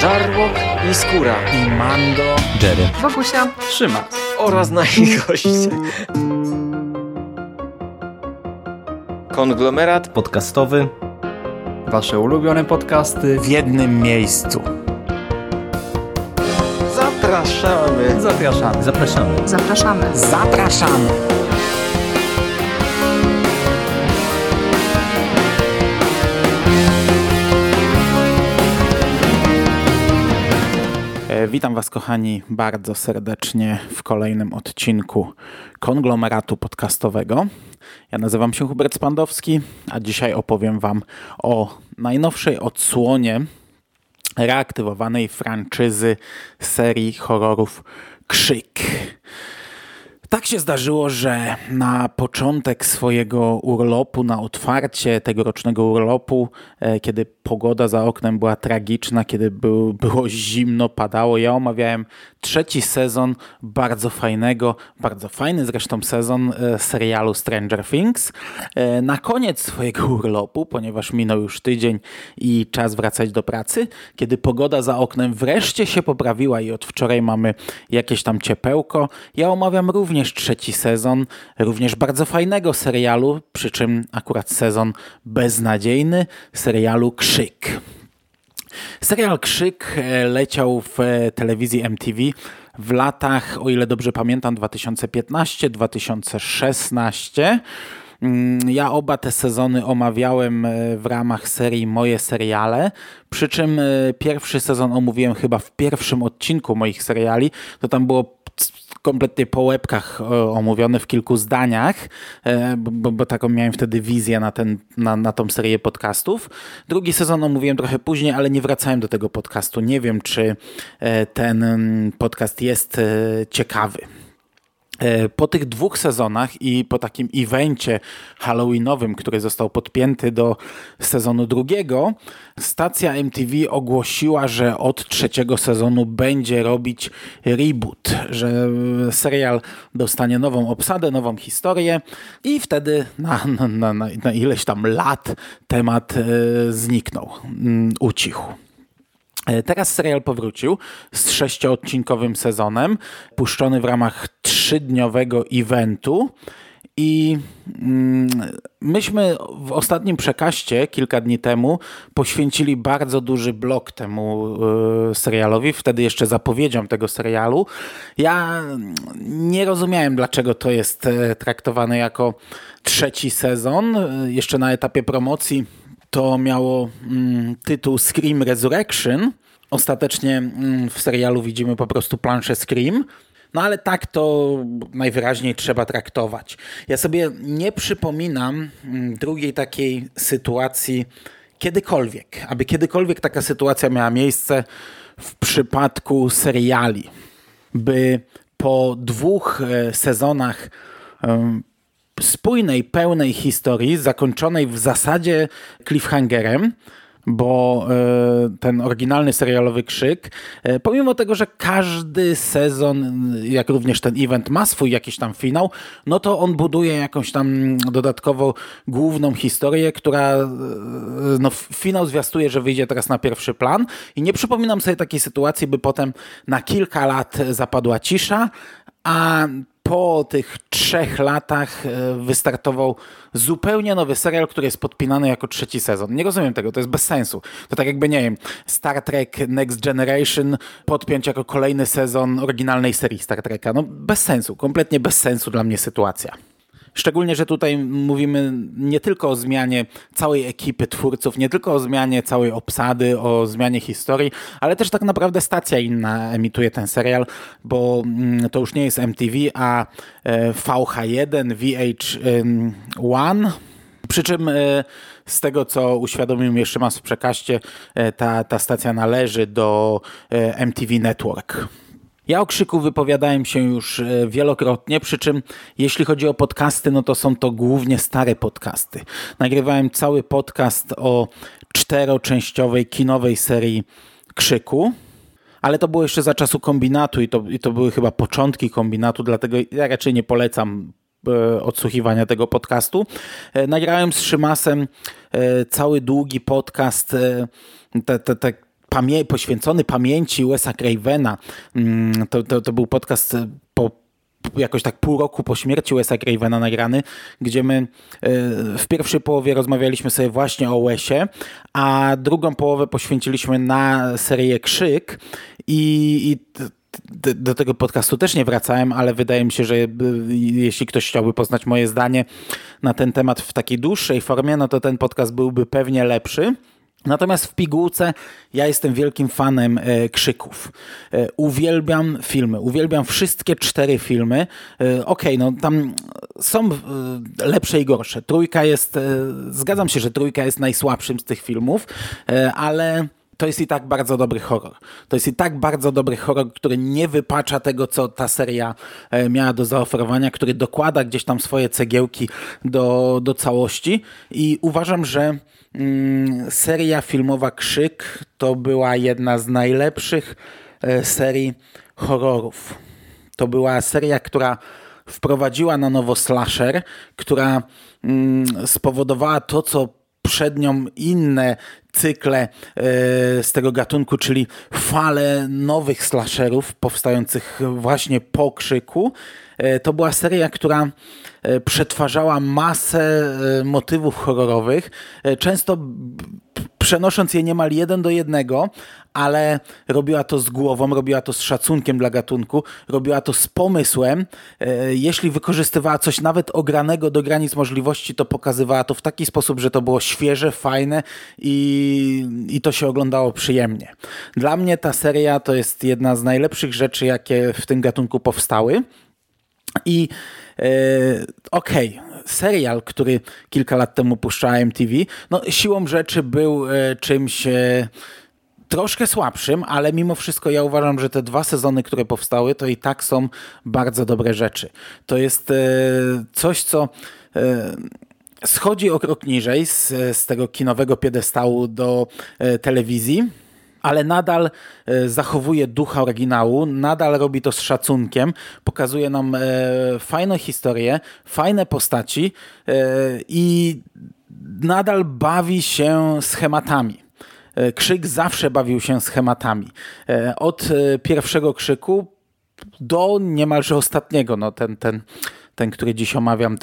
Żarłok i Skóra i Mando, Jerry, Wokusia, Szymas oraz nasi goście. Konglomerat podcastowy. Wasze ulubione podcasty w jednym miejscu. Zapraszamy. Zapraszamy. Zapraszamy. zapraszamy. Zapraszamy. Witam Was, kochani, bardzo serdecznie w kolejnym odcinku Konglomeratu podcastowego. Ja nazywam się Hubert Spandowski, a dzisiaj opowiem Wam o najnowszej odsłonie reaktywowanej franczyzy serii horrorów Krzyk. Tak się zdarzyło, że na początek swojego urlopu, na otwarcie tegorocznego urlopu, kiedy pogoda za oknem była tragiczna, kiedy było zimno, padało, ja omawiałem trzeci sezon bardzo fajny zresztą sezon serialu Stranger Things. Na koniec swojego urlopu, ponieważ minął już tydzień i czas wracać do pracy, kiedy pogoda za oknem wreszcie się poprawiła i od wczoraj mamy jakieś tam ciepełko, ja omawiam również trzeci sezon, również bardzo fajnego serialu, przy czym akurat sezon beznadziejny, serialu Krzyk. Serial Krzyk leciał w telewizji MTV w latach, o ile dobrze pamiętam, 2015-2016. Ja oba te sezony omawiałem w ramach serii Moje seriale, przy czym pierwszy sezon omówiłem chyba w pierwszym odcinku moich seriali. To tam było kompletnie po łebkach omówione w kilku zdaniach, bo taką miałem wtedy wizję na tą serię podcastów. Drugi sezon omówiłem trochę później, ale nie wracałem do tego podcastu. Nie wiem, czy ten podcast jest ciekawy. Po tych dwóch sezonach i po takim evencie halloweenowym, który został podpięty do sezonu drugiego, stacja MTV ogłosiła, że od trzeciego sezonu będzie robić reboot, że serial dostanie nową obsadę, nową historię i wtedy na ileś tam lat temat zniknął, ucichł. Teraz serial powrócił z 6-odcinkowym sezonem, puszczony w ramach 3-dniowego eventu i myśmy w ostatnim przekaście kilka dni temu poświęcili bardzo duży blok temu serialowi, wtedy jeszcze zapowiedziom tego serialu. Ja nie rozumiałem, dlaczego to jest traktowane jako trzeci sezon. Jeszcze na etapie promocji to miało tytuł Scream Resurrection. Ostatecznie w serialu widzimy po prostu planszę Scream. No ale tak to najwyraźniej trzeba traktować. Ja sobie nie przypominam drugiej takiej sytuacji kiedykolwiek. Aby kiedykolwiek taka sytuacja miała miejsce w przypadku seriali. By po 2 sezonach spójnej, pełnej historii, zakończonej w zasadzie cliffhangerem, bo ten oryginalny serialowy Krzyk, pomimo tego, że każdy sezon, jak również ten event ma swój jakiś tam finał, no to on buduje jakąś tam dodatkowo główną historię, która finał zwiastuje, że wyjdzie teraz na pierwszy plan i nie przypominam sobie takiej sytuacji, by potem na kilka lat zapadła cisza, a po tych 3 latach wystartował zupełnie nowy serial, który jest podpinany jako trzeci sezon. Nie rozumiem tego, to jest bez sensu. To tak jakby, nie wiem, Star Trek Next Generation podpiąć jako kolejny sezon oryginalnej serii Star Treka. No bez sensu, kompletnie bez sensu dla mnie sytuacja. Szczególnie, że tutaj mówimy nie tylko o zmianie całej ekipy twórców, nie tylko o zmianie całej obsady, o zmianie historii, ale też tak naprawdę stacja inna emituje ten serial, bo to już nie jest MTV, a VH1, VH1. Przy czym z tego, co uświadomił mi jeszcze raz w przekaście, ta stacja należy do MTV Network. Ja o Krzyku wypowiadałem się już wielokrotnie, przy czym jeśli chodzi o podcasty, no to są to głównie stare podcasty. Nagrywałem cały podcast o 4-częściowej kinowej serii Krzyku, ale to było jeszcze za czasu Kombinatu i to były chyba początki Kombinatu, dlatego ja raczej nie polecam odsłuchiwania tego podcastu. Nagrałem z Szymasem cały długi podcast, poświęcony pamięci Wesa Cravena. To był podcast jakoś tak pół roku po śmierci Wesa Cravena nagrany, gdzie my w pierwszej połowie rozmawialiśmy sobie właśnie o Wesie, a drugą połowę poświęciliśmy na serię Krzyk i do tego podcastu też nie wracałem, ale wydaje mi się, że jeśli ktoś chciałby poznać moje zdanie na ten temat w takiej dłuższej formie, no to ten podcast byłby pewnie lepszy. Natomiast w pigułce ja jestem wielkim fanem Krzyków. Uwielbiam filmy, uwielbiam wszystkie 4 filmy. Okej, no tam są lepsze i gorsze. Zgadzam się, że Trójka jest najsłabszym z tych filmów, ale to jest i tak bardzo dobry horror. To jest i tak bardzo dobry horror, który nie wypacza tego, co ta seria miała do zaoferowania, który dokłada gdzieś tam swoje cegiełki do całości i uważam, że seria filmowa Krzyk to była jedna z najlepszych serii horrorów. To była seria, która wprowadziła na nowo slasher, która spowodowała to, co przed nią inne cykle z tego gatunku, czyli fale nowych slasherów powstających właśnie po Krzyku. To była seria, która przetwarzała masę motywów horrorowych, często przenosząc je niemal 1:1, ale robiła to z głową, robiła to z szacunkiem dla gatunku, robiła to z pomysłem. Jeśli wykorzystywała coś nawet ogranego do granic możliwości, to pokazywała to w taki sposób, że to było świeże, fajne i to się oglądało przyjemnie. Dla mnie ta seria to jest jedna z najlepszych rzeczy, jakie w tym gatunku powstały. I serial, który kilka lat temu puszczała MTV, no siłą rzeczy był czymś troszkę słabszym, ale mimo wszystko ja uważam, że te 2 sezony, które powstały, to i tak są bardzo dobre rzeczy. To jest coś, co schodzi o krok niżej z tego kinowego piedestału do telewizji, ale nadal zachowuje ducha oryginału, nadal robi to z szacunkiem, pokazuje nam fajną historię, fajne postaci i nadal bawi się schematami. Krzyk zawsze bawił się schematami. Od pierwszego Krzyku do niemalże ostatniego. No ten, który dziś omawiam,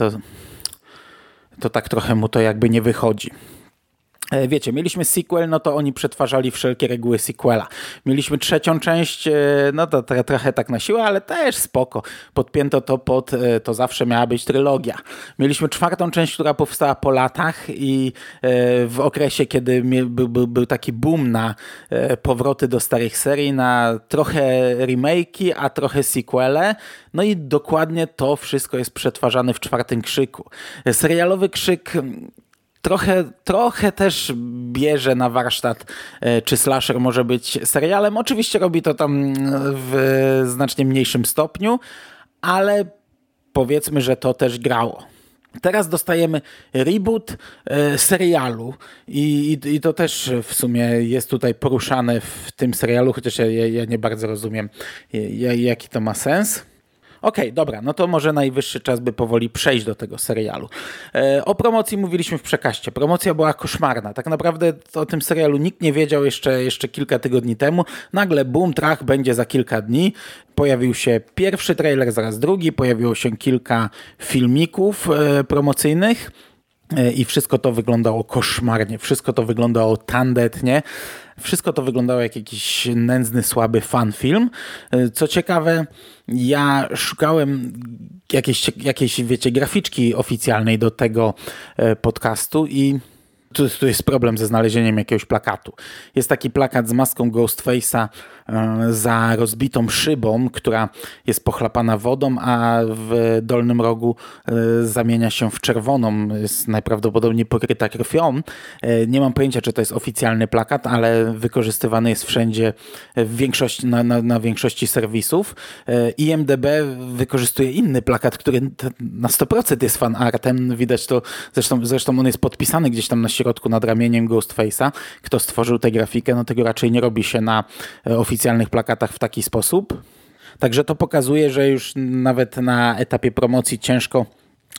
to tak trochę mu to jakby nie wychodzi. Wiecie, mieliśmy sequel, no to oni przetwarzali wszelkie reguły sequela. Mieliśmy 3. część, no to trochę tak na siłę, ale też spoko. Podpięto to to zawsze miała być trylogia. Mieliśmy 4. część, która powstała po latach i w okresie, kiedy był taki boom na powroty do starych serii, na trochę remake'i, a trochę sequele. No i dokładnie to wszystko jest przetwarzane w 4. Krzyku. Serialowy Krzyk trochę też bierze na warsztat, czy slasher może być serialem. Oczywiście robi to tam w znacznie mniejszym stopniu, ale powiedzmy, że to też grało. Teraz dostajemy reboot serialu i to też w sumie jest tutaj poruszane w tym serialu, chociaż ja nie bardzo rozumiem, jaki to ma sens. Okej, dobra, no to może najwyższy czas, by powoli przejść do tego serialu. O promocji mówiliśmy w przekaście. Promocja była koszmarna. Tak naprawdę o tym serialu nikt nie wiedział jeszcze kilka tygodni temu. Nagle boom, trach, będzie za kilka dni. Pojawił się pierwszy trailer, zaraz drugi. Pojawiło się kilka filmików promocyjnych. I wszystko to wyglądało koszmarnie. Wszystko to wyglądało tandetnie. Wszystko to wyglądało jak jakiś nędzny, słaby fanfilm. Co ciekawe, ja szukałem jakiejś, wiecie, graficzki oficjalnej do tego podcastu i tu jest problem ze znalezieniem jakiegoś plakatu. Jest taki plakat z maską Ghostface'a za rozbitą szybą, która jest pochlapana wodą, a w dolnym rogu zamienia się w czerwoną. Jest najprawdopodobniej pokryta krwią. Nie mam pojęcia, czy to jest oficjalny plakat, ale wykorzystywany jest wszędzie, w większości, na większości serwisów. IMDb wykorzystuje inny plakat, który na 100% jest fanartem. Widać to, zresztą on jest podpisany gdzieś tam na środku nad ramieniem Ghostface'a. Kto stworzył tę grafikę, no tego raczej nie robi się na oficjalnych plakatach w taki sposób. Także to pokazuje, że już nawet na etapie promocji ciężko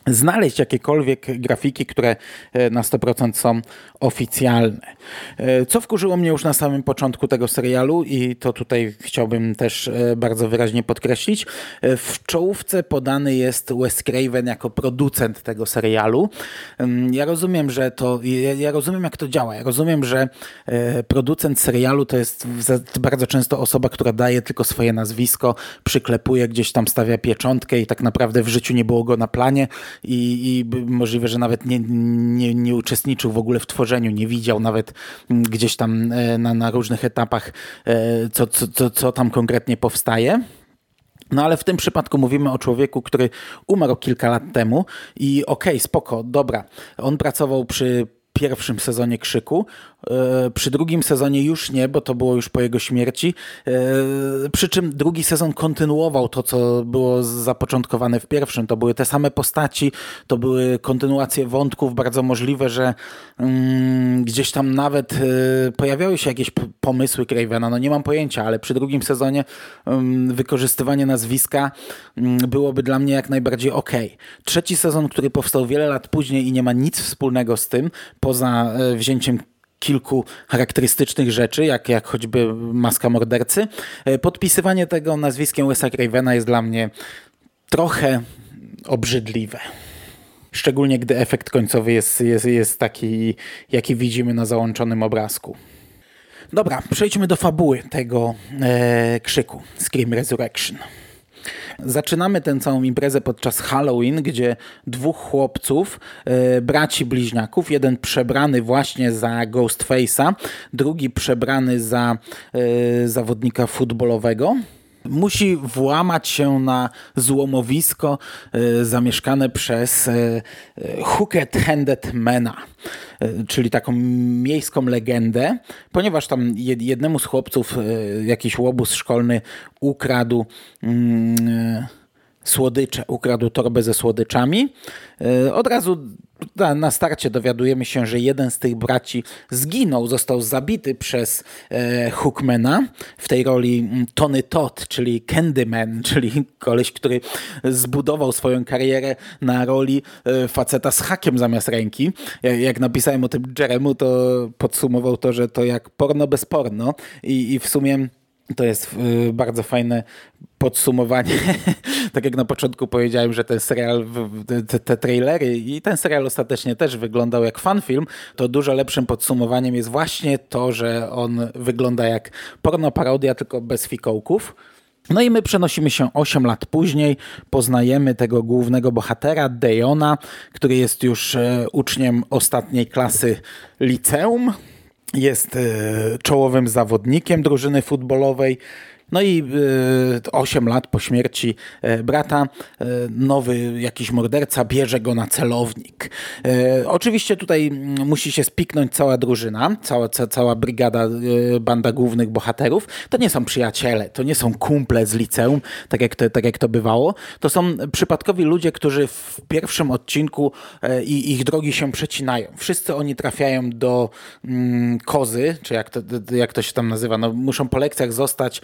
znaleźć jakiekolwiek grafiki, które na 100% są oficjalne. Co wkurzyło mnie już na samym początku tego serialu i to tutaj chciałbym też bardzo wyraźnie podkreślić. W czołówce podany jest Wes Craven jako producent tego serialu. Ja rozumiem, ja rozumiem, jak to działa. Ja rozumiem, że producent serialu to jest bardzo często osoba, która daje tylko swoje nazwisko, przyklepuje, gdzieś tam stawia pieczątkę i tak naprawdę w życiu nie było go na planie i możliwe, że nawet nie uczestniczył w ogóle w tworzeniu, nie widział nawet gdzieś tam na różnych etapach, co tam konkretnie powstaje. No ale w tym przypadku mówimy o człowieku, który umarł kilka lat temu i okej, spoko, dobra. On pracował przy pierwszym sezonie Krzyku, przy drugim sezonie już nie, bo to było już po jego śmierci, przy czym drugi sezon kontynuował to, co było zapoczątkowane w pierwszym. To były te same postaci, to były kontynuacje wątków, bardzo możliwe, że gdzieś tam nawet pojawiały się jakieś pomysły Cravena, no nie mam pojęcia, ale przy drugim sezonie wykorzystywanie nazwiska byłoby dla mnie jak najbardziej okej. Trzeci sezon, który powstał wiele lat później i nie ma nic wspólnego z tym, poza wzięciem kilku charakterystycznych rzeczy, jak choćby maska mordercy. Podpisywanie tego nazwiskiem Wesa Cravena jest dla mnie trochę obrzydliwe. Szczególnie gdy efekt końcowy jest taki, jaki widzimy na załączonym obrazku. Dobra, przejdźmy do fabuły tego Krzyku, Scream Resurrection. Zaczynamy tę całą imprezę podczas Halloween, gdzie dwóch chłopców, braci bliźniaków, jeden przebrany właśnie za Ghostface'a, drugi przebrany za zawodnika futbolowego, musi włamać się na złomowisko zamieszkane przez Hooked-Handed Mana, czyli taką miejską legendę, ponieważ tam jednemu z chłopców jakiś łobuz szkolny ukradł słodycze, ukradł torbę ze słodyczami. Od razu na starcie dowiadujemy się, że jeden z tych braci zginął, został zabity przez Hookmana, w tej roli Tony Todd, czyli Candyman, czyli koleś, który zbudował swoją karierę na roli faceta z hakiem zamiast ręki. Jak napisałem o tym Jeremu, to podsumował to, że to jak porno bez porno i w sumie to jest bardzo fajne podsumowanie. Tak jak na początku powiedziałem, że ten serial, te trailery i ten serial ostatecznie też wyglądał jak fanfilm, to dużo lepszym podsumowaniem jest właśnie to, że on wygląda jak porno parodia, tylko bez fikołków. No i my przenosimy się 8 lat później, poznajemy tego głównego bohatera, Dejona, który jest już uczniem ostatniej klasy liceum. Jest czołowym zawodnikiem drużyny futbolowej. No i 8 lat po śmierci brata nowy jakiś morderca bierze go na celownik. Oczywiście tutaj musi się spiknąć cała drużyna, cała brygada, banda głównych bohaterów. To nie są przyjaciele, to nie są kumple z liceum, tak jak to bywało. To są przypadkowi ludzie, którzy w pierwszym odcinku i ich drogi się przecinają. Wszyscy oni trafiają do kozy, czy jak to się tam nazywa, no, muszą po lekcjach zostać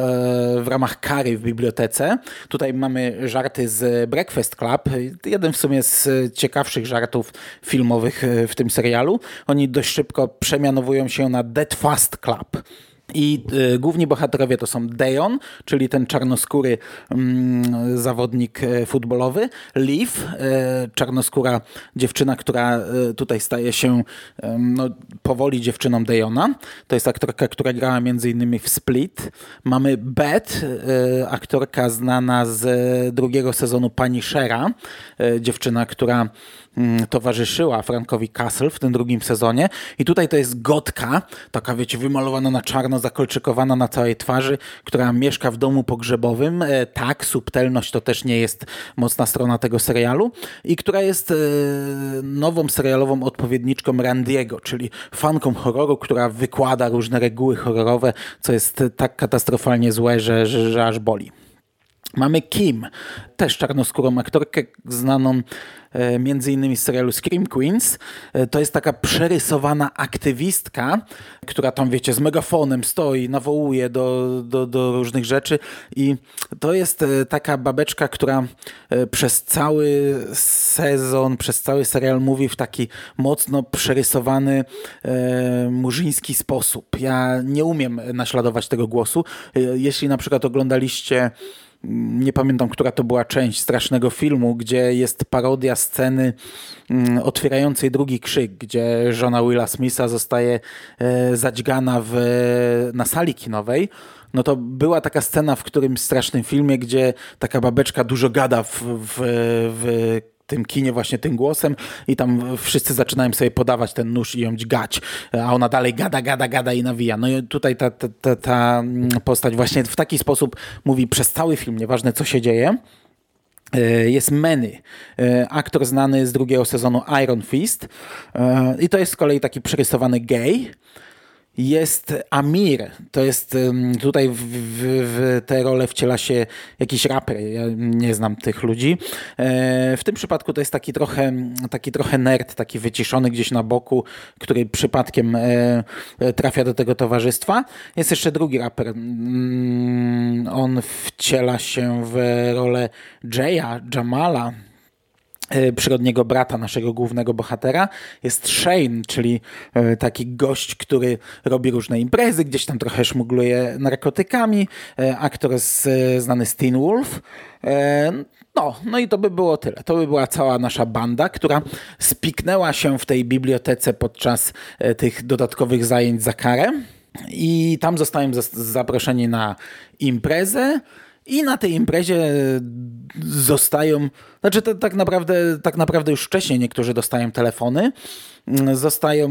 w ramach kary w bibliotece. Tutaj mamy żarty z Breakfast Club. Jeden w sumie z ciekawszych żartów filmowych w tym serialu. Oni dość szybko przemianowują się na Dead Fast Club. I główni bohaterowie to są Dejon, czyli ten czarnoskóry zawodnik futbolowy, Liv, czarnoskóra dziewczyna, która tutaj staje się powoli dziewczyną Dejona. To jest aktorka, która grała m.in. w Split. Mamy Beth, aktorka znana z drugiego sezonu Punishera, dziewczyna, która towarzyszyła Frankowi Castle w tym drugim sezonie i tutaj to jest gotka, taka wiecie, wymalowana na czarno, zakolczykowana na całej twarzy, która mieszka w domu pogrzebowym. Tak, subtelność to też nie jest mocna strona tego serialu i która jest nową serialową odpowiedniczką Randiego, czyli fanką horroru, która wykłada różne reguły horrorowe, co jest tak katastrofalnie złe, że aż boli. Mamy Kim, też czarnoskórą aktorkę, znaną między innymi z serialu Scream Queens. To jest taka przerysowana aktywistka, która tam, wiecie, z megafonem stoi, nawołuje do różnych rzeczy i to jest taka babeczka, która przez cały sezon, przez cały serial mówi w taki mocno przerysowany murzyński sposób. Ja nie umiem naśladować tego głosu. Jeśli na przykład oglądaliście, nie pamiętam, która to była część strasznego filmu, gdzie jest parodia sceny otwierającej drugi krzyk, gdzie żona Willa Smitha zostaje zadźgana na sali kinowej. No to była taka scena w którymś strasznym filmie, gdzie taka babeczka dużo gada w tym kinie właśnie tym głosem i tam wszyscy zaczynają sobie podawać ten nóż i ją dźgać, a ona dalej gada i nawija. No i tutaj ta postać właśnie w taki sposób mówi przez cały film, nieważne co się dzieje. Jest Manny, aktor znany z drugiego sezonu Iron Fist i to jest z kolei taki przerysowany gej. Jest Amir, to jest tutaj w tę rolę wciela się jakiś raper, ja nie znam tych ludzi. W tym przypadku to jest taki trochę nerd, taki wyciszony gdzieś na boku, który przypadkiem trafia do tego towarzystwa. Jest jeszcze drugi raper, on wciela się w rolę Jamala, przyrodniego brata naszego głównego bohatera. Jest Shane, czyli taki gość, który robi różne imprezy, gdzieś tam trochę szmugluje narkotykami. Aktor znany z Teen Wolf. No i to by było tyle. To by była cała nasza banda, która spiknęła się w tej bibliotece podczas tych dodatkowych zajęć za karę. I tam zostałem zaproszeni na imprezę. I na tej imprezie zostają, znaczy to tak naprawdę już wcześniej niektórzy dostają telefony, zostają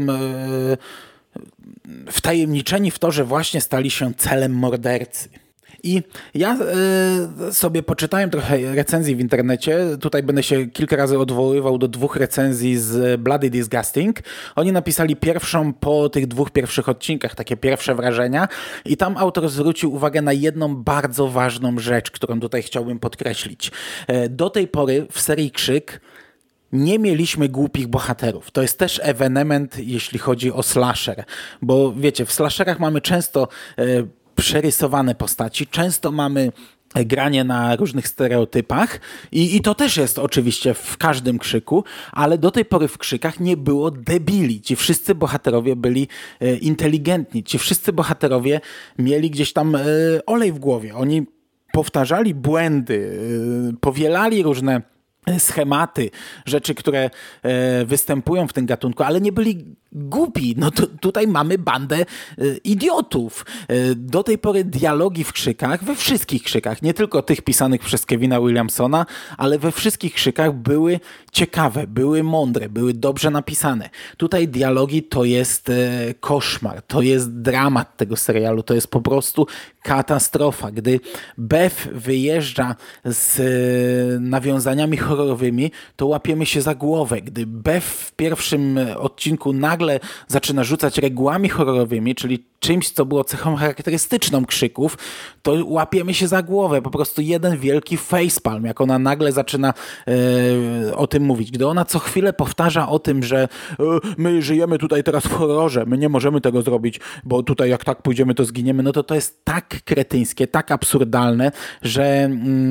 wtajemniczeni w to, że właśnie stali się celem mordercy. I ja sobie poczytałem trochę recenzji w internecie. Tutaj będę się kilka razy odwoływał do 2 recenzji z Bloody Disgusting. Oni napisali pierwszą po tych 2 pierwszych odcinkach, takie pierwsze wrażenia. I tam autor zwrócił uwagę na jedną bardzo ważną rzecz, którą tutaj chciałbym podkreślić. Do tej pory w serii Krzyk nie mieliśmy głupich bohaterów. To jest też ewenement, jeśli chodzi o slasher. Bo wiecie, w slasherach mamy często przerysowane postaci. Często mamy granie na różnych stereotypach i to też jest oczywiście w każdym Krzyku, ale do tej pory w Krzykach nie było debili. Ci wszyscy bohaterowie byli inteligentni. Ci wszyscy bohaterowie mieli gdzieś tam olej w głowie. Oni powtarzali błędy, powielali różne schematy, rzeczy, które występują w tym gatunku, ale nie byli głupi. No to tutaj mamy bandę idiotów. Do tej pory dialogi w Krzykach, we wszystkich Krzykach, nie tylko tych pisanych przez Kevina Williamsona, ale we wszystkich Krzykach były ciekawe, były mądre, były dobrze napisane. Tutaj dialogi to jest koszmar, to jest dramat tego serialu, to jest po prostu katastrofa. Gdy Beth wyjeżdża z nawiązaniami horrorowymi, to łapiemy się za głowę. Gdy Beth w pierwszym odcinku nagle zaczyna rzucać regułami horrorowymi, czyli czymś, co było cechą charakterystyczną Krzyków, to łapiemy się za głowę. Po prostu jeden wielki facepalm, jak ona nagle zaczyna o tym mówić. Gdy ona co chwilę powtarza o tym, że my żyjemy tutaj teraz w horrorze, my nie możemy tego zrobić, bo tutaj jak tak pójdziemy, to zginiemy, no to jest tak kretyńskie, tak absurdalne, że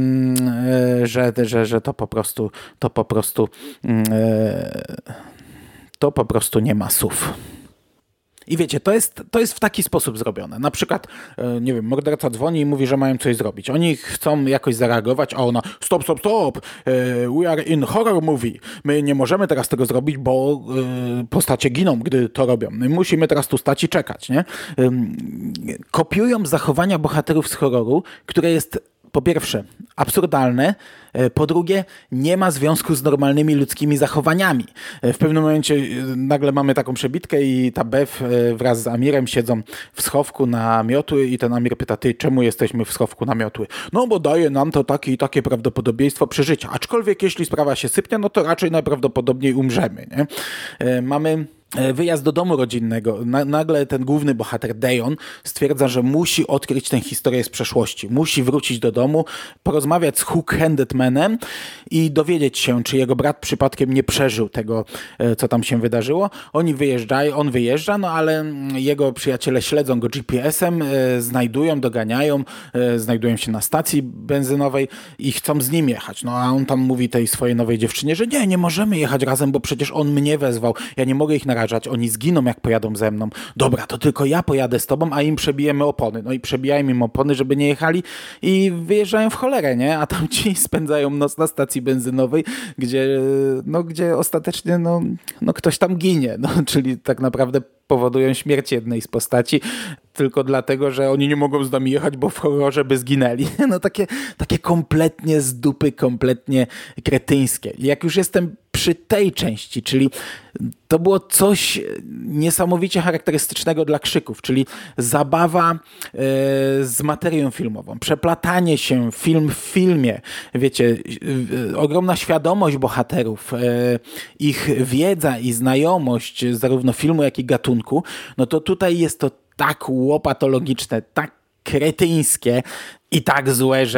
to po prostu nie ma słów. I wiecie, to jest w taki sposób zrobione. Na przykład, nie wiem, morderca dzwoni i mówi, że mają coś zrobić. Oni chcą jakoś zareagować, a ona stop, we are in horror movie. My nie możemy teraz tego zrobić, bo postacie giną, gdy to robią. My musimy teraz tu stać i czekać, nie? Kopiują zachowania bohaterów z horroru, które jest po pierwsze absurdalne, po drugie nie ma związku z normalnymi ludzkimi zachowaniami. W pewnym momencie nagle mamy taką przebitkę i ta Beth wraz z Amirem siedzą w schowku na miotły i ten Amir pyta, ty, czemu jesteśmy w schowku na miotły? No bo daje nam to takie i takie prawdopodobieństwo przeżycia. Aczkolwiek jeśli sprawa się sypnie, no to raczej najprawdopodobniej umrzemy. Nie? Mamy wyjazd do domu rodzinnego. Nagle ten główny bohater, Dejon, stwierdza, że musi odkryć tę historię z przeszłości. Musi wrócić do domu, porozmawiać porozmawiać z Hook-Handed Manem i dowiedzieć się, czy jego brat przypadkiem nie przeżył tego, co tam się wydarzyło. Oni wyjeżdżają, on wyjeżdża, no ale jego przyjaciele śledzą go GPS-em, znajdują, doganiają, znajdują się na stacji benzynowej i chcą z nim jechać. No a on tam mówi tej swojej nowej dziewczynie, że nie możemy jechać razem, bo przecież on mnie wezwał. Ja nie mogę ich narażać, oni zginą, jak pojadą ze mną. Dobra, to tylko ja pojadę z tobą, a im przebijemy opony. No i przebijają im opony, żeby nie jechali i wyjeżdżają w cholerę, nie? A tam ci spędzają noc na stacji benzynowej, gdzie ostatecznie ktoś tam ginie. No, czyli tak naprawdę powodują śmierć jednej z postaci tylko dlatego, że oni nie mogą z nami jechać, bo w horrorze by zginęli. No takie kompletnie z dupy, kompletnie kretyńskie. I jak już jestem przy tej części, czyli to było coś niesamowicie charakterystycznego dla Krzyków, czyli zabawa z materią filmową, przeplatanie się film w filmie, wiecie, ogromna świadomość bohaterów, ich wiedza i znajomość zarówno filmu, jak i gatunku, no to tutaj jest to tak łopatologiczne, tak kretyńskie i tak złe,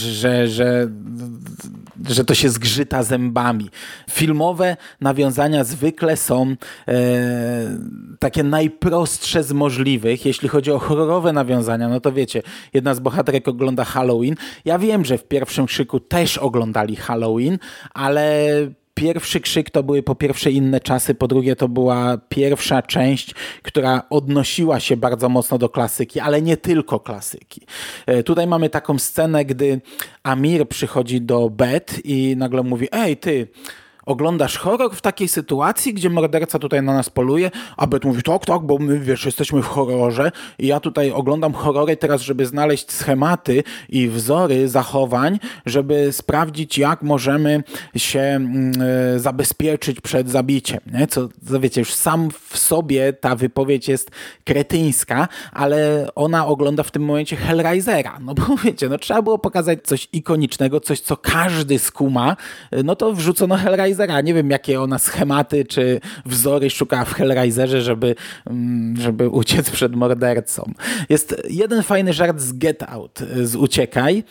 że to się zgrzyta zębami. Filmowe nawiązania zwykle są takie najprostsze z możliwych. Jeśli chodzi o horrorowe nawiązania, no to wiecie, jedna z bohaterek ogląda Halloween. Ja wiem, że w pierwszym Krzyku też oglądali Halloween, ale pierwszy Krzyk to były po pierwsze inne czasy, po drugie to była pierwsza część, która odnosiła się bardzo mocno do klasyki, ale nie tylko klasyki. Tutaj mamy taką scenę, gdy Amir przychodzi do Beth i nagle mówi: ej ty, oglądasz horror w takiej sytuacji, gdzie morderca tutaj na nas poluje, a Beth mówi: tak, bo my, wiesz, jesteśmy w horrorze i ja tutaj oglądam horrory teraz, żeby znaleźć schematy i wzory zachowań, żeby sprawdzić, jak możemy się zabezpieczyć przed zabiciem. Nie? Co wiecie, już sam w sobie ta wypowiedź jest kretyńska, ale ona ogląda w tym momencie Hellraisera. No bo wiecie, no trzeba było pokazać coś ikonicznego, coś, co każdy skuma, no to wrzucono Hellraisera. Nie wiem, jakie ona schematy czy wzory szukała w Hellraiserze, żeby uciec przed mordercą. Jest jeden fajny żart z Get Out, z Uciekaj.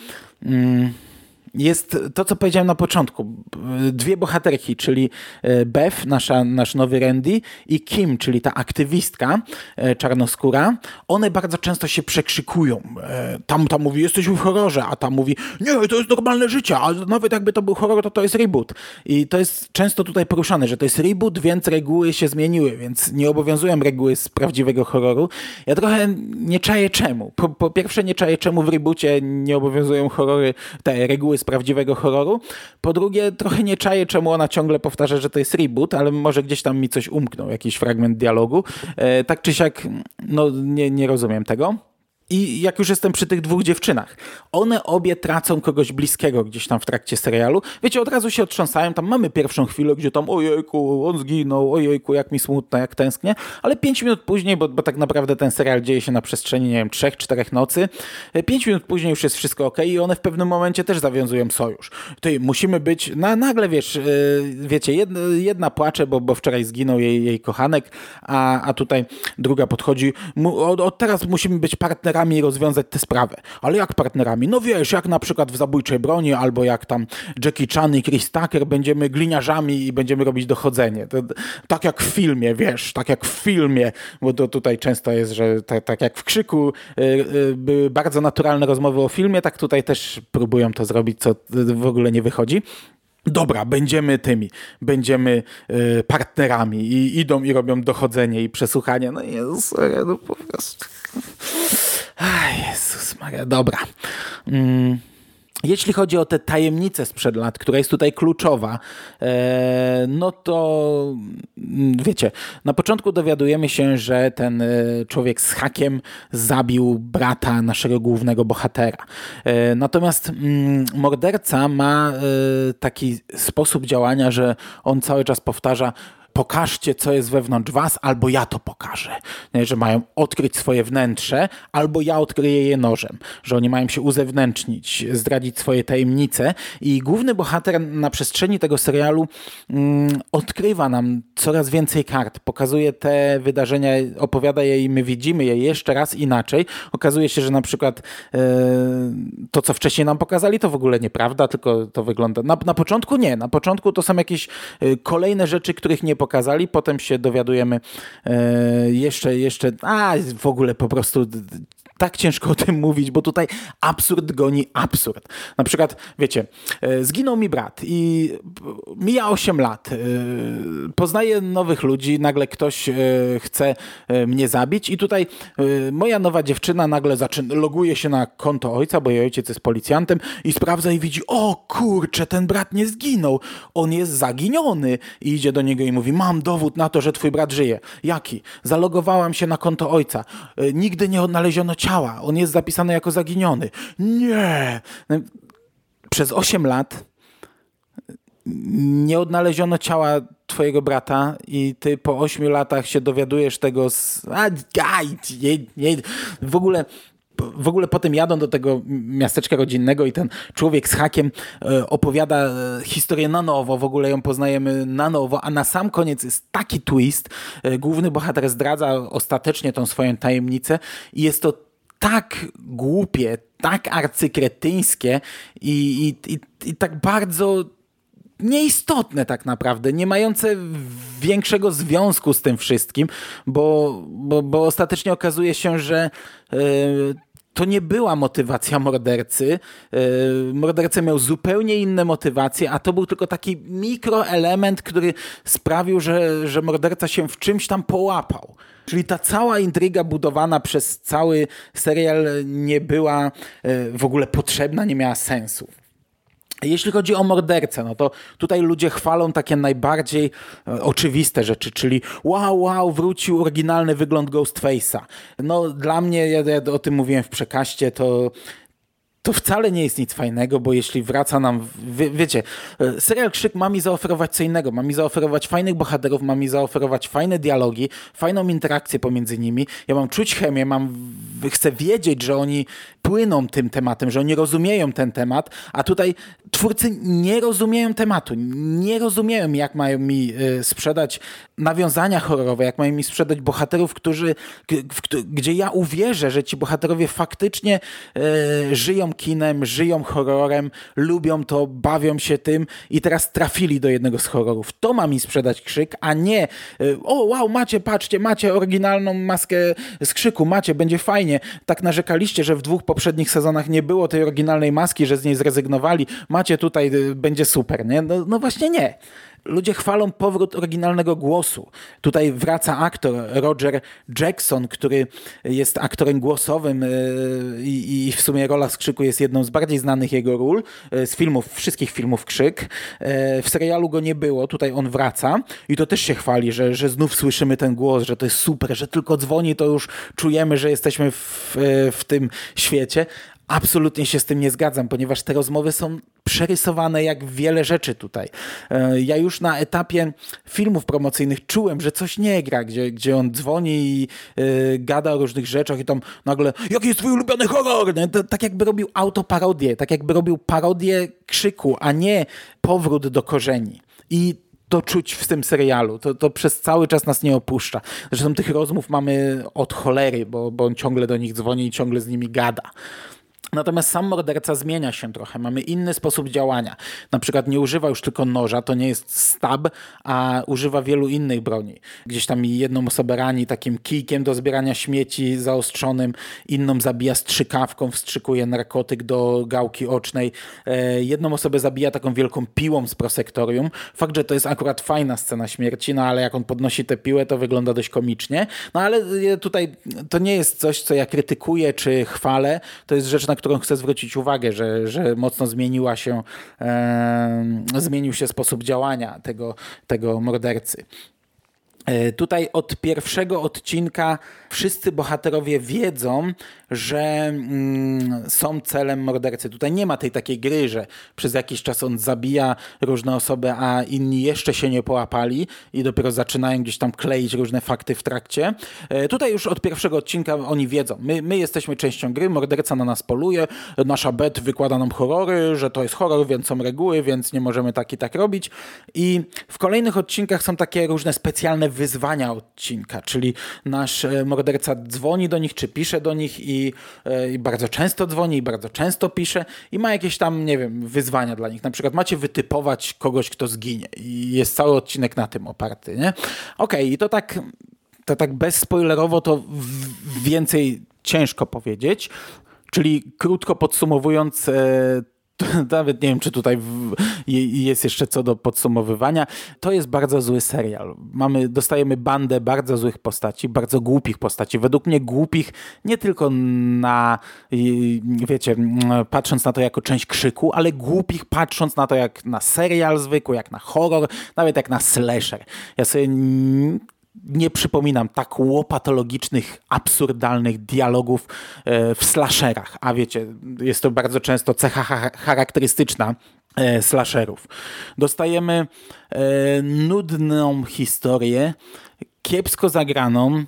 Jest to, co powiedziałem na początku. Dwie bohaterki, czyli Beth, nasz nowy Randy, i Kim, czyli ta aktywistka czarnoskóra. One bardzo często się przekrzykują. Tam mówi: jesteśmy w horrorze, a tam mówi: nie, to jest normalne życie, a nawet jakby to był horror, to jest reboot. I to jest często tutaj poruszane, że to jest reboot, więc reguły się zmieniły, więc nie obowiązują reguły z prawdziwego horroru. Ja trochę nie czaję czemu. Po pierwsze, nie czaję czemu w reboocie nie obowiązują te reguły z prawdziwego horroru. Po drugie, trochę nie czaję, czemu ona ciągle powtarza, że to jest reboot, ale może gdzieś tam mi coś umknął, jakiś fragment dialogu. Tak czy siak, no nie rozumiem tego. I jak już jestem przy tych dwóch dziewczynach, one obie tracą kogoś bliskiego gdzieś tam w trakcie serialu. Wiecie, od razu się otrząsają, tam mamy pierwszą chwilę, gdzie tam ojejku, on zginął, ojejku, jak mi smutno, jak tęsknię, ale 5 minut później, bo tak naprawdę ten serial dzieje się na przestrzeni, nie wiem, 3-4 nocy, 5 minut później już jest wszystko okej i one w pewnym momencie też zawiązują sojusz. Musimy być, nagle wiecie, jedna płacze, bo wczoraj zginął jej kochanek, a tutaj druga podchodzi, od teraz musimy być partnerami i rozwiązać tę sprawę. Ale jak partnerami? No wiesz, jak na przykład w Zabójczej broni, albo jak tam Jackie Chan i Chris Tucker będziemy gliniarzami i będziemy robić dochodzenie. Tak jak w filmie, wiesz, tak jak w filmie, bo to tutaj często jest, że tak jak w Krzyku były bardzo naturalne rozmowy o filmie, tak tutaj też próbują to zrobić, co w ogóle nie wychodzi. Dobra, będziemy partnerami i idą i robią dochodzenie i przesłuchanie. No Jezus, no po prostu. Jezus Maria, dobra. Jeśli chodzi o tę tajemnicę sprzed lat, która jest tutaj kluczowa, no to wiecie, na początku dowiadujemy się, że ten człowiek z hakiem zabił brata naszego głównego bohatera. Natomiast morderca ma taki sposób działania, że on cały czas powtarza: pokażcie, co jest wewnątrz was, albo ja to pokażę. Nie, że mają odkryć swoje wnętrze, albo ja odkryję je nożem. Że oni mają się uzewnętrznić, zdradzić swoje tajemnice i główny bohater na przestrzeni tego serialu odkrywa nam coraz więcej kart, pokazuje te wydarzenia, opowiada je i my widzimy je jeszcze raz inaczej. Okazuje się, że na przykład to, co wcześniej nam pokazali, to w ogóle nieprawda, tylko to wygląda... Na początku nie. Na początku to są jakieś kolejne rzeczy, których nie pokazali. Potem się dowiadujemy jeszcze... w ogóle po prostu... Tak ciężko o tym mówić, bo tutaj absurd goni absurd. Na przykład, wiecie, zginął mi brat i mija 8 lat. Poznaję nowych ludzi, nagle ktoś chce mnie zabić i tutaj moja nowa dziewczyna nagle loguje się na konto ojca, bo jej ojciec jest policjantem i sprawdza i widzi, o kurczę, ten brat nie zginął, on jest zaginiony. I idzie do niego i mówi, mam dowód na to, że twój brat żyje. Jaki? Zalogowałam się na konto ojca. Nigdy nie odnaleziono ciała. On jest zapisany jako zaginiony. Nie! Przez 8 lat nie odnaleziono ciała twojego brata i ty po 8 latach się dowiadujesz tego w ogóle potem jadą do tego miasteczka rodzinnego i ten człowiek z hakiem opowiada historię na nowo, w ogóle ją poznajemy na nowo, a na sam koniec jest taki twist. Główny bohater zdradza ostatecznie tą swoją tajemnicę i jest to tak głupie, tak arcykretyńskie i tak bardzo nieistotne tak naprawdę, nie mające większego związku z tym wszystkim, bo ostatecznie okazuje się, że to nie była motywacja mordercy. Morderca miał zupełnie inne motywacje, a to był tylko taki mikroelement, który sprawił, że morderca się w czymś tam połapał. Czyli ta cała intryga budowana przez cały serial nie była w ogóle potrzebna, nie miała sensu. Jeśli chodzi o mordercę, no to tutaj ludzie chwalą takie najbardziej oczywiste rzeczy, czyli wow, wrócił oryginalny wygląd Ghostface'a. No dla mnie, ja o tym mówiłem w przekaście, to wcale nie jest nic fajnego, bo jeśli wraca nam, wiecie, serial Krzyk ma mi zaoferować co innego, ma mi zaoferować fajnych bohaterów, ma mi zaoferować fajne dialogi, fajną interakcję pomiędzy nimi. Ja mam czuć chemię, chcę wiedzieć, że oni płyną tym tematem, że oni rozumieją ten temat, a tutaj twórcy nie rozumieją tematu, nie rozumieją, jak mają mi sprzedać nawiązania horrorowe, jak mają mi sprzedać bohaterów, gdzie ja uwierzę, że ci bohaterowie faktycznie żyją kinem, żyją horrorem, lubią to, bawią się tym i teraz trafili do jednego z horrorów. To ma mi sprzedać Krzyk, a nie patrzcie, macie oryginalną maskę z Krzyku, będzie fajnie. Tak narzekaliście, że w 2 poprzednich sezonach nie było tej oryginalnej maski, że z niej zrezygnowali. Macie tutaj, będzie super, nie? No właśnie nie. Ludzie chwalą powrót oryginalnego głosu. Tutaj wraca aktor Roger Jackson, który jest aktorem głosowym i w sumie rola z Krzyku jest jedną z bardziej znanych jego ról z wszystkich filmów Krzyk. W serialu go nie było, tutaj on wraca i to też się chwali, że znów słyszymy ten głos, że to jest super, że tylko dzwoni, to już czujemy, że jesteśmy w tym świecie. Absolutnie się z tym nie zgadzam, ponieważ te rozmowy są przerysowane jak wiele rzeczy tutaj. Ja już na etapie filmów promocyjnych czułem, że coś nie gra, gdzie on dzwoni i gada o różnych rzeczach i tam nagle, jaki jest twój ulubiony horror? Nie? Tak jakby robił autoparodię, tak jakby robił parodię Krzyku, a nie powrót do korzeni. I to czuć w tym serialu. To przez cały czas nas nie opuszcza. Zresztą tych rozmów mamy od cholery, bo on ciągle do nich dzwoni i ciągle z nimi gada. Natomiast sam morderca zmienia się trochę. Mamy inny sposób działania. Na przykład nie używa już tylko noża, to nie jest stab, a używa wielu innych broni. Gdzieś tam jedną osobę rani takim kijkiem do zbierania śmieci zaostrzonym, inną zabija strzykawką, wstrzykuje narkotyk do gałki ocznej. Jedną osobę zabija taką wielką piłą z prosektorium. Fakt, że to jest akurat fajna scena śmierci, no ale jak on podnosi tę piłę, to wygląda dość komicznie. No ale tutaj to nie jest coś, co ja krytykuję czy chwalę. To jest rzecz, na którą chcę zwrócić uwagę, że mocno zmienił się sposób działania tego mordercy. Tutaj od pierwszego odcinka wszyscy bohaterowie wiedzą, że są celem mordercy. Tutaj nie ma tej takiej gry, że przez jakiś czas on zabija różne osoby, a inni jeszcze się nie połapali i dopiero zaczynają gdzieś tam kleić różne fakty w trakcie. Tutaj już od pierwszego odcinka oni wiedzą. My jesteśmy częścią gry, morderca na nas poluje, nasza Bet wykłada nam horrory, że to jest horror, więc są reguły, więc nie możemy tak i tak robić. I w kolejnych odcinkach są takie różne specjalne wyzwania odcinka, czyli nasz morderca dzwoni do nich, czy pisze do nich i bardzo często dzwoni i bardzo często pisze i ma jakieś tam, nie wiem, wyzwania dla nich. Na przykład macie wytypować kogoś, kto zginie i jest cały odcinek na tym oparty, nie? Okej, i to tak bezspoilerowo to więcej ciężko powiedzieć, czyli krótko podsumowując, nawet nie wiem, czy tutaj jest jeszcze co do podsumowywania. To jest bardzo zły serial. Dostajemy bandę bardzo złych postaci, bardzo głupich postaci. Według mnie głupich nie tylko wiecie, patrząc na to jako część Krzyku, ale głupich patrząc na to jak na serial zwykły, jak na horror, nawet jak na slasher. Ja sobie nie przypominam tak łopatologicznych, absurdalnych dialogów w slasherach. A wiecie, jest to bardzo często cecha charakterystyczna slasherów. Dostajemy nudną historię, kiepsko zagraną,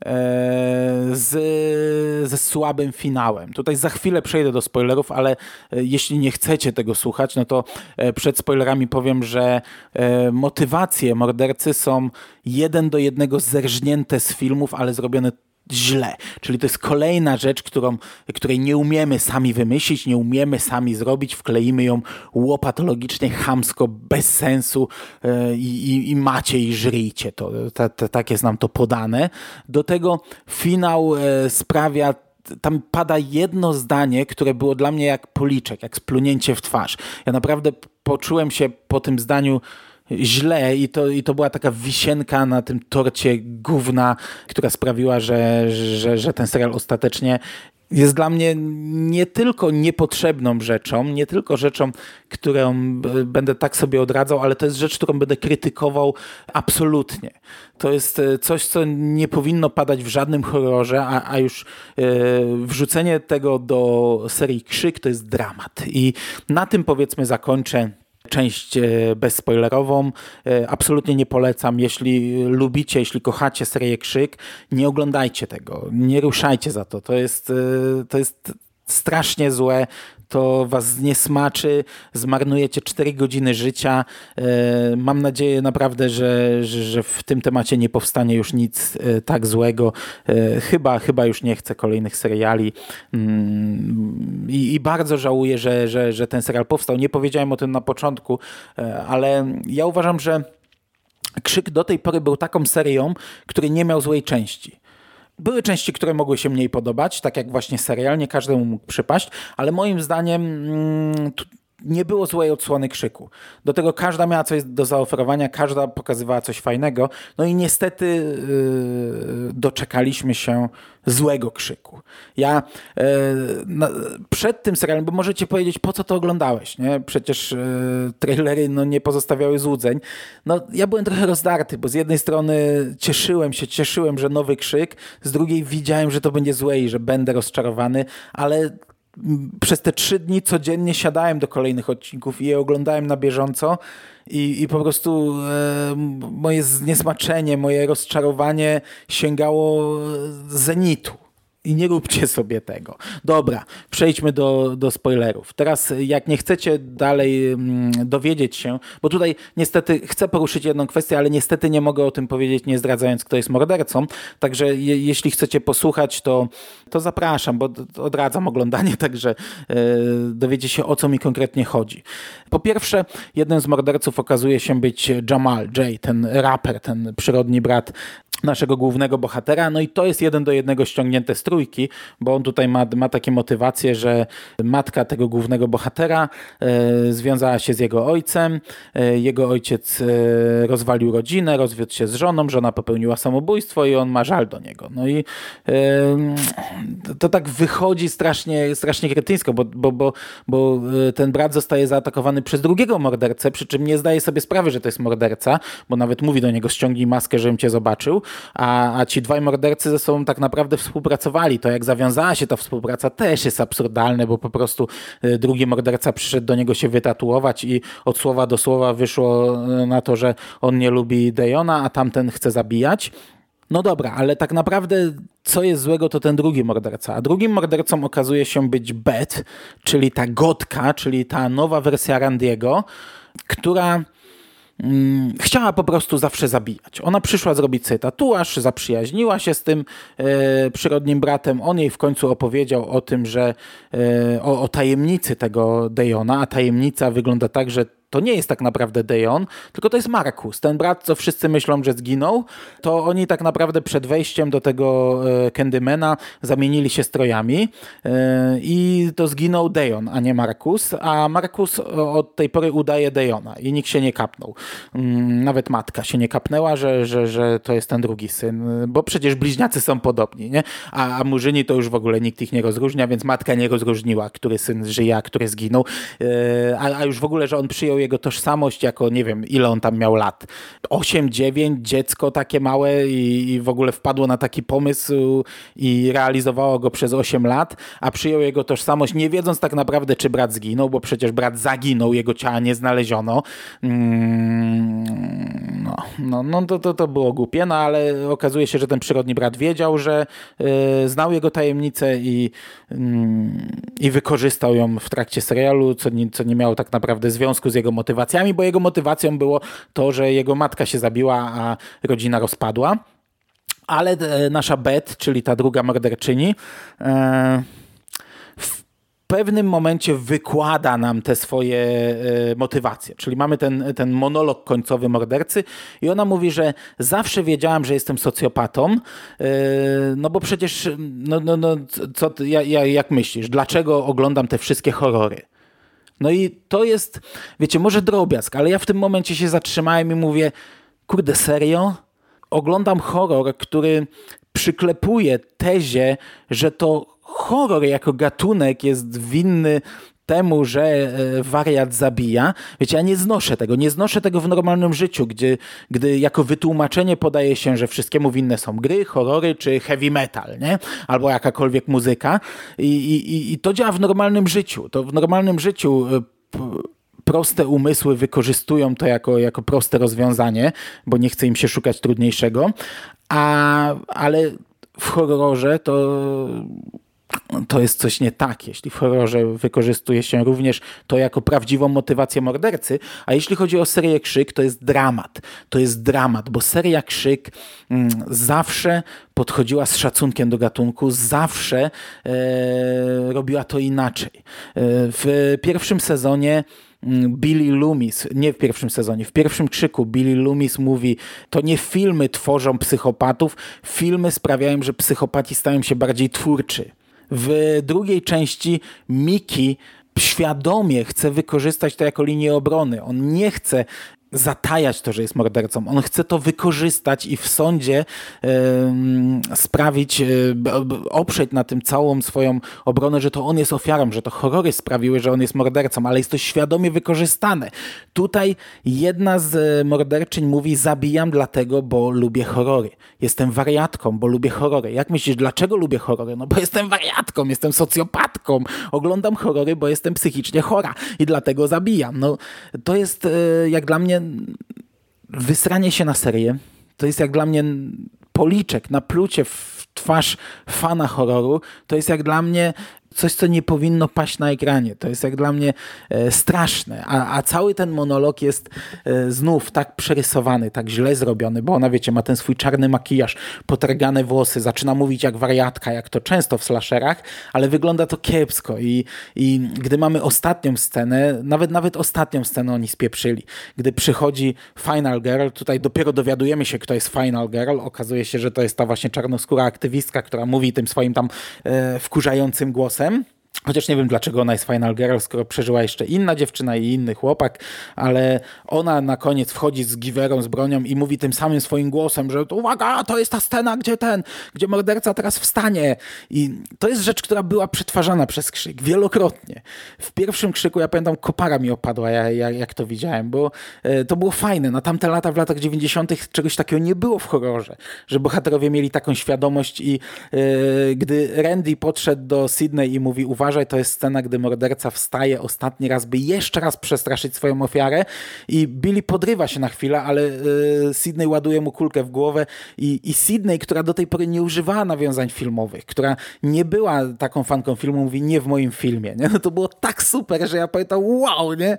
ze słabym finałem. Tutaj za chwilę przejdę do spoilerów, ale jeśli nie chcecie tego słuchać, no to przed spoilerami powiem, że motywacje mordercy są 1:1 zerżnięte z filmów, ale zrobione źle. Czyli to jest kolejna rzecz, której nie umiemy sami wymyślić, nie umiemy sami zrobić, wkleimy ją łopatologicznie, chamsko, bez sensu i macie i żryjcie to. Tak jest nam to podane. Do tego finał sprawia, tam pada jedno zdanie, które było dla mnie jak policzek, jak splunięcie w twarz. Ja naprawdę poczułem się po tym zdaniu źle i to była taka wisienka na tym torcie gówna, która sprawiła, że ten serial ostatecznie jest dla mnie nie tylko niepotrzebną rzeczą, nie tylko rzeczą, którą będę tak sobie odradzał, ale to jest rzecz, którą będę krytykował absolutnie. To jest coś, co nie powinno padać w żadnym horrorze, a już wrzucenie tego do serii Krzyk to jest dramat. I na tym powiedzmy zakończę część bezspoilerową. Absolutnie nie polecam. Jeśli lubicie, jeśli kochacie serię Krzyk, nie oglądajcie tego. Nie ruszajcie za to. To jest strasznie złe. To was zniesmaczy, zmarnujecie 4 godziny życia. Mam nadzieję naprawdę, że w tym temacie nie powstanie już nic tak złego. Chyba już nie chcę kolejnych seriali i bardzo żałuję, że ten serial powstał. Nie powiedziałem o tym na początku, ale ja uważam, że Krzyk do tej pory był taką serią, który nie miał złej części. Były części, które mogły się mniej podobać, tak jak właśnie serial, nie każdemu mógł przypaść, ale moim zdaniem nie było złej odsłony Krzyku. Do tego każda miała coś do zaoferowania, każda pokazywała coś fajnego, no i niestety doczekaliśmy się złego Krzyku. Ja przed tym serialem, bo możecie powiedzieć, po co to oglądałeś, nie? Przecież trailery nie pozostawiały złudzeń. No, ja byłem trochę rozdarty, bo z jednej strony cieszyłem, że nowy Krzyk, z drugiej widziałem, że to będzie złe i że będę rozczarowany, ale przez te 3 dni codziennie siadałem do kolejnych odcinków i je oglądałem na bieżąco i po prostu moje zniesmaczenie, moje rozczarowanie sięgało zenitu. I nie róbcie sobie tego. Dobra, przejdźmy do spoilerów. Teraz jak nie chcecie dalej dowiedzieć się, bo tutaj niestety chcę poruszyć jedną kwestię, ale niestety nie mogę o tym powiedzieć, nie zdradzając, kto jest mordercą. Także jeśli chcecie posłuchać, to zapraszam, bo odradzam oglądanie, także dowiecie się, o co mi konkretnie chodzi. Po pierwsze, jednym z morderców okazuje się być Jamal, Jay, ten raper, ten przyrodni brat naszego głównego bohatera. No i to jest 1:1 ściągnięte z trójki, bo on tutaj ma takie motywacje, że matka tego głównego bohatera związała się z jego ojcem, jego ojciec rozwalił rodzinę, rozwiódł się z żoną, żona popełniła samobójstwo i on ma żal do niego. No i to tak wychodzi strasznie kretyńsko, bo ten brat zostaje zaatakowany przez drugiego mordercę, przy czym nie zdaje sobie sprawy, że to jest morderca, bo nawet mówi do niego: ściągnij maskę, żebym cię zobaczył, a ci dwaj mordercy ze sobą tak naprawdę współpracowali. To jak zawiązała się ta współpraca też jest absurdalne, bo po prostu drugi morderca przyszedł do niego się wytatuować i od słowa do słowa wyszło na to, że on nie lubi Dejona, a tamten chce zabijać. No dobra, ale tak naprawdę co jest złego, to ten drugi morderca. A drugim mordercą okazuje się być Beth, czyli ta gotka, czyli ta nowa wersja Randiego, która chciała po prostu zawsze zabijać. Ona przyszła zrobić sobie tatuaż, zaprzyjaźniła się z tym przyrodnim bratem. On jej w końcu opowiedział o tym, że o tajemnicy tego Dejona, a tajemnica wygląda tak, że to nie jest tak naprawdę Dejon, tylko to jest Markus. Ten brat, co wszyscy myślą, że zginął, to oni tak naprawdę przed wejściem do tego Candymana zamienili się strojami i to zginął Dejon, a nie Markus, a Markus od tej pory udaje Dejona i nikt się nie kapnął. Nawet matka się nie kapnęła, że to jest ten drugi syn, bo przecież bliźniacy są podobni, nie? A murzyni to już w ogóle nikt ich nie rozróżnia, więc matka nie rozróżniła, który syn żyje, a który zginął. A już w ogóle, że on przyjął jego tożsamość jako, nie wiem, ile on tam miał lat. 8, 9, dziecko takie małe i w ogóle wpadło na taki pomysł i realizowało go przez 8 lat, a przyjął jego tożsamość, nie wiedząc tak naprawdę, czy brat zginął, bo przecież brat zaginął, jego ciała nie znaleziono. To było głupie, no ale okazuje się, że ten przyrodni brat wiedział, że znał jego tajemnicę i wykorzystał ją w trakcie serialu, co nie miało tak naprawdę związku z jego motywacjami, bo jego motywacją było to, że jego matka się zabiła, a rodzina rozpadła. Ale nasza Beth, czyli ta druga morderczyni, w pewnym momencie wykłada nam te swoje motywacje. Czyli mamy ten monolog końcowy mordercy i ona mówi, że zawsze wiedziałam, że jestem socjopatą, no bo przecież, jak myślisz, dlaczego oglądam te wszystkie horrory? No i to jest, wiecie, może drobiazg, ale ja w tym momencie się zatrzymałem i mówię: kurde, serio? Oglądam horror, który przyklepuje tezie, że to horror jako gatunek jest winny temu, że wariat zabija. Wiecie, ja nie znoszę tego w normalnym życiu, gdy jako wytłumaczenie podaje się, że wszystkiemu winne są gry, horrory czy heavy metal, nie? Albo jakakolwiek muzyka. I to działa w normalnym życiu. To w normalnym życiu proste umysły wykorzystują to jako proste rozwiązanie, bo nie chce im się szukać trudniejszego. Ale w horrorze to jest coś nie tak, jeśli w horrorze wykorzystuje się również to jako prawdziwą motywację mordercy, a jeśli chodzi o serię Krzyk, to jest dramat. To jest dramat, bo seria Krzyk zawsze podchodziła z szacunkiem do gatunku, zawsze robiła to inaczej. W pierwszym sezonie Billy Loomis, nie w pierwszym sezonie, w pierwszym Krzyku Billy Loomis mówi: to nie filmy tworzą psychopatów, filmy sprawiają, że psychopaci stają się bardziej twórczy. W drugiej części Mickey świadomie chce wykorzystać to jako linię obrony. On nie chce zatajać to, że jest mordercą. On chce to wykorzystać i w sądzie sprawić, oprzeć na tym całą swoją obronę, że to on jest ofiarą, że to horrory sprawiły, że on jest mordercą, ale jest to świadomie wykorzystane. Tutaj jedna z morderczyń mówi: zabijam dlatego, bo lubię horrory. Jestem wariatką, bo lubię horrory. Jak myślisz, dlaczego lubię horrory? No bo jestem wariatką, jestem socjopatką. Oglądam horrory, bo jestem psychicznie chora i dlatego zabijam. No, to jest jak dla mnie wysranie się na serię. To jest jak dla mnie policzek, naplucie w twarz fana horroru. To jest jak dla mnie coś, co nie powinno paść na ekranie. To jest jak dla mnie straszne. A cały ten monolog jest znów tak przerysowany, tak źle zrobiony, bo ona, wiecie, ma ten swój czarny makijaż, potargane włosy, zaczyna mówić jak wariatka, jak to często w slasherach, ale wygląda to kiepsko. I gdy mamy ostatnią scenę, nawet ostatnią scenę oni spieprzyli. Gdy przychodzi Final Girl, tutaj dopiero dowiadujemy się, kto jest Final Girl. Okazuje się, że to jest ta właśnie czarnoskóra aktywistka, która mówi tym swoim tam wkurzającym głosem. Chociaż nie wiem, dlaczego ona jest Final Girl, skoro przeżyła jeszcze inna dziewczyna i inny chłopak, ale ona na koniec wchodzi z giwerą, z bronią i mówi tym samym swoim głosem, że uwaga, to jest ta scena, gdzie morderca teraz wstanie. I to jest rzecz, która była przetwarzana przez krzyk wielokrotnie. W pierwszym krzyku, ja pamiętam, kopara mi opadła, jak to widziałem, bo to było fajne. Na tamte lata, w latach 90. czegoś takiego nie było w horrorze, że bohaterowie mieli taką świadomość i gdy Randy podszedł do Sydney i mówi uważaj, to jest scena, gdy morderca wstaje ostatni raz, by jeszcze raz przestraszyć swoją ofiarę i Billy podrywa się na chwilę, ale Sydney ładuje mu kulkę w głowę i Sydney, która do tej pory nie używała nawiązań filmowych, która nie była taką fanką filmu, mówi nie w moim filmie. Nie? No to było tak super, że ja pamiętam wow, nie?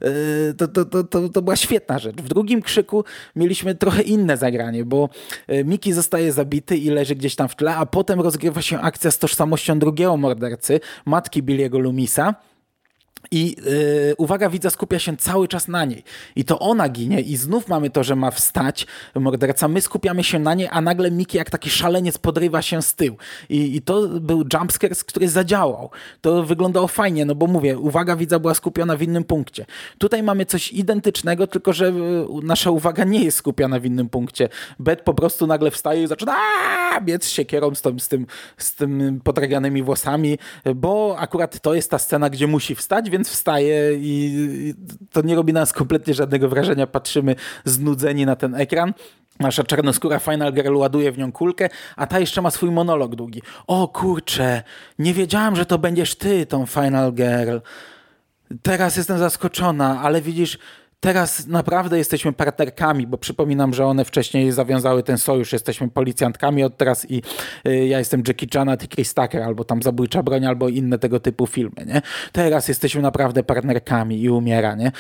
To była świetna rzecz. W drugim krzyku mieliśmy trochę inne zagranie, bo Mickey zostaje zabity i leży gdzieś tam w tle, a potem rozgrywa się akcja z tożsamością drugiego mordercy, matki Billy'ego Loomisa. I uwaga widza skupia się cały czas na niej. I to ona ginie i znów mamy to, że ma wstać morderca. My skupiamy się na niej, a nagle Mickey jak taki szaleniec podrywa się z tyłu. I to był jumpscare, który zadziałał. To wyglądało fajnie, no bo mówię, uwaga widza była skupiona w innym punkcie. Tutaj mamy coś identycznego, tylko że nasza uwaga nie jest skupiona w innym punkcie. Beth po prostu nagle wstaje i zaczyna biec siekierą z tym podraganymi włosami, bo akurat to jest ta scena, gdzie musi wstać, więc wstaje i to nie robi na nas kompletnie żadnego wrażenia. Patrzymy znudzeni na ten ekran. Nasza czarnoskóra Final Girl ładuje w nią kulkę, a ta jeszcze ma swój monolog długi. O kurczę, nie wiedziałam, że to będziesz ty, tą Final Girl. Teraz jestem zaskoczona, ale widzisz, teraz naprawdę jesteśmy partnerkami, bo przypominam, że one wcześniej zawiązały ten sojusz. Jesteśmy policjantkami od teraz i ja jestem Jackie Chan, a ty Chris Tucker, albo tam Zabójcza broń, albo inne tego typu filmy, nie? Teraz jesteśmy naprawdę partnerkami i umiera, nie?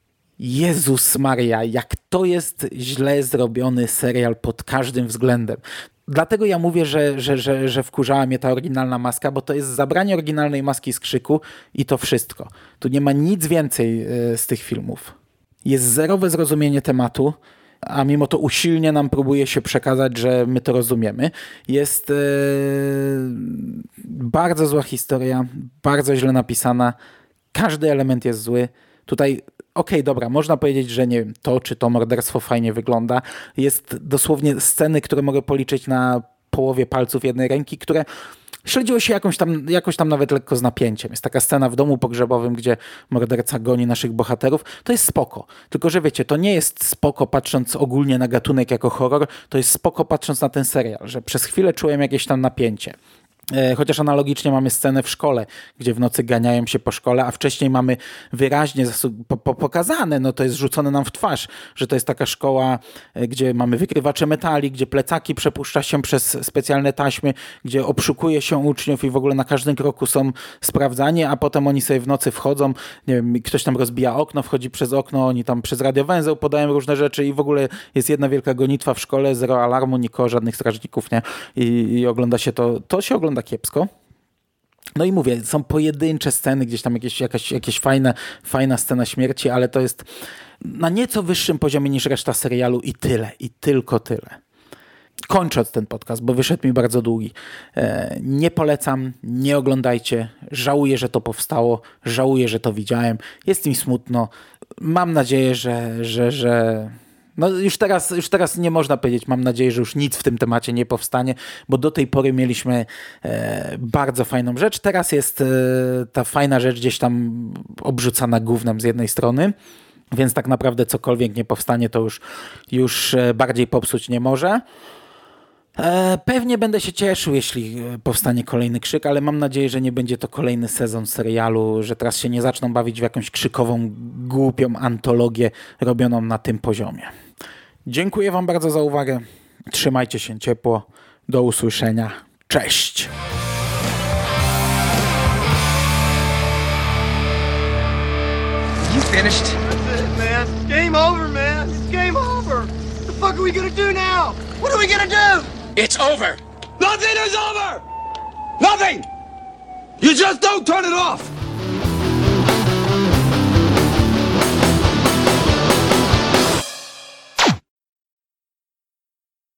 Jezus Maria, jak to jest źle zrobiony serial pod każdym względem. Dlatego ja mówię, że wkurzała mnie ta oryginalna maska, bo to jest zabranie oryginalnej maski z krzyku i to wszystko. Tu nie ma nic więcej z tych filmów. Jest zerowe zrozumienie tematu, a mimo to usilnie nam próbuje się przekazać, że my to rozumiemy. Jest bardzo zła historia, bardzo źle napisana. Każdy element jest zły. Tutaj okej, dobra, można powiedzieć, że nie wiem, to czy to morderstwo fajnie wygląda. Jest dosłownie sceny, które mogę policzyć na połowie palców jednej ręki, które śledziło się jakoś tam nawet lekko z napięciem. Jest taka scena w domu pogrzebowym, gdzie morderca goni naszych bohaterów. To jest spoko. Tylko, że wiecie, to nie jest spoko patrząc ogólnie na gatunek jako horror, to jest spoko patrząc na ten serial, że przez chwilę czułem jakieś tam napięcie. Chociaż analogicznie mamy scenę w szkole, gdzie w nocy ganiają się po szkole, a wcześniej mamy wyraźnie pokazane, no to jest rzucone nam w twarz, że to jest taka szkoła, gdzie mamy wykrywacze metali, gdzie plecaki przepuszcza się przez specjalne taśmy, gdzie obszukuje się uczniów i w ogóle na każdym kroku są sprawdzani, a potem oni sobie w nocy wchodzą, nie wiem, ktoś tam rozbija okno, wchodzi przez okno, oni tam przez radiowęzeł podają różne rzeczy i w ogóle jest jedna wielka gonitwa w szkole, zero alarmu, nikogo, żadnych strażników, nie? I ogląda się to się ogląda kiepsko. No i mówię, są pojedyncze sceny, gdzieś tam jakieś fajna scena śmierci, ale to jest na nieco wyższym poziomie niż reszta serialu i tyle, i tylko tyle. Kończąc ten podcast, bo wyszedł mi bardzo długi. Nie polecam, nie oglądajcie. Żałuję, że to powstało, żałuję, że to widziałem. Jest mi smutno. Mam nadzieję, że no już teraz nie można powiedzieć, mam nadzieję, że już nic w tym temacie nie powstanie, bo do tej pory mieliśmy bardzo fajną rzecz. Teraz jest ta fajna rzecz gdzieś tam obrzucana gównem z jednej strony, więc tak naprawdę cokolwiek nie powstanie, to już bardziej popsuć nie może. Pewnie będę się cieszył, jeśli powstanie kolejny krzyk, ale mam nadzieję, że nie będzie to kolejny sezon serialu, że teraz się nie zaczną bawić w jakąś krzykową, głupią antologię robioną na tym poziomie. Dziękuję wam bardzo za uwagę. Trzymajcie się ciepło. Do usłyszenia. Cześć! finished? That's it, man. Game over, man. It's game over. What the fuck are we gonna do now? What are we gonna do? It's over. Nothing is over. Nothing. You just don't turn it off.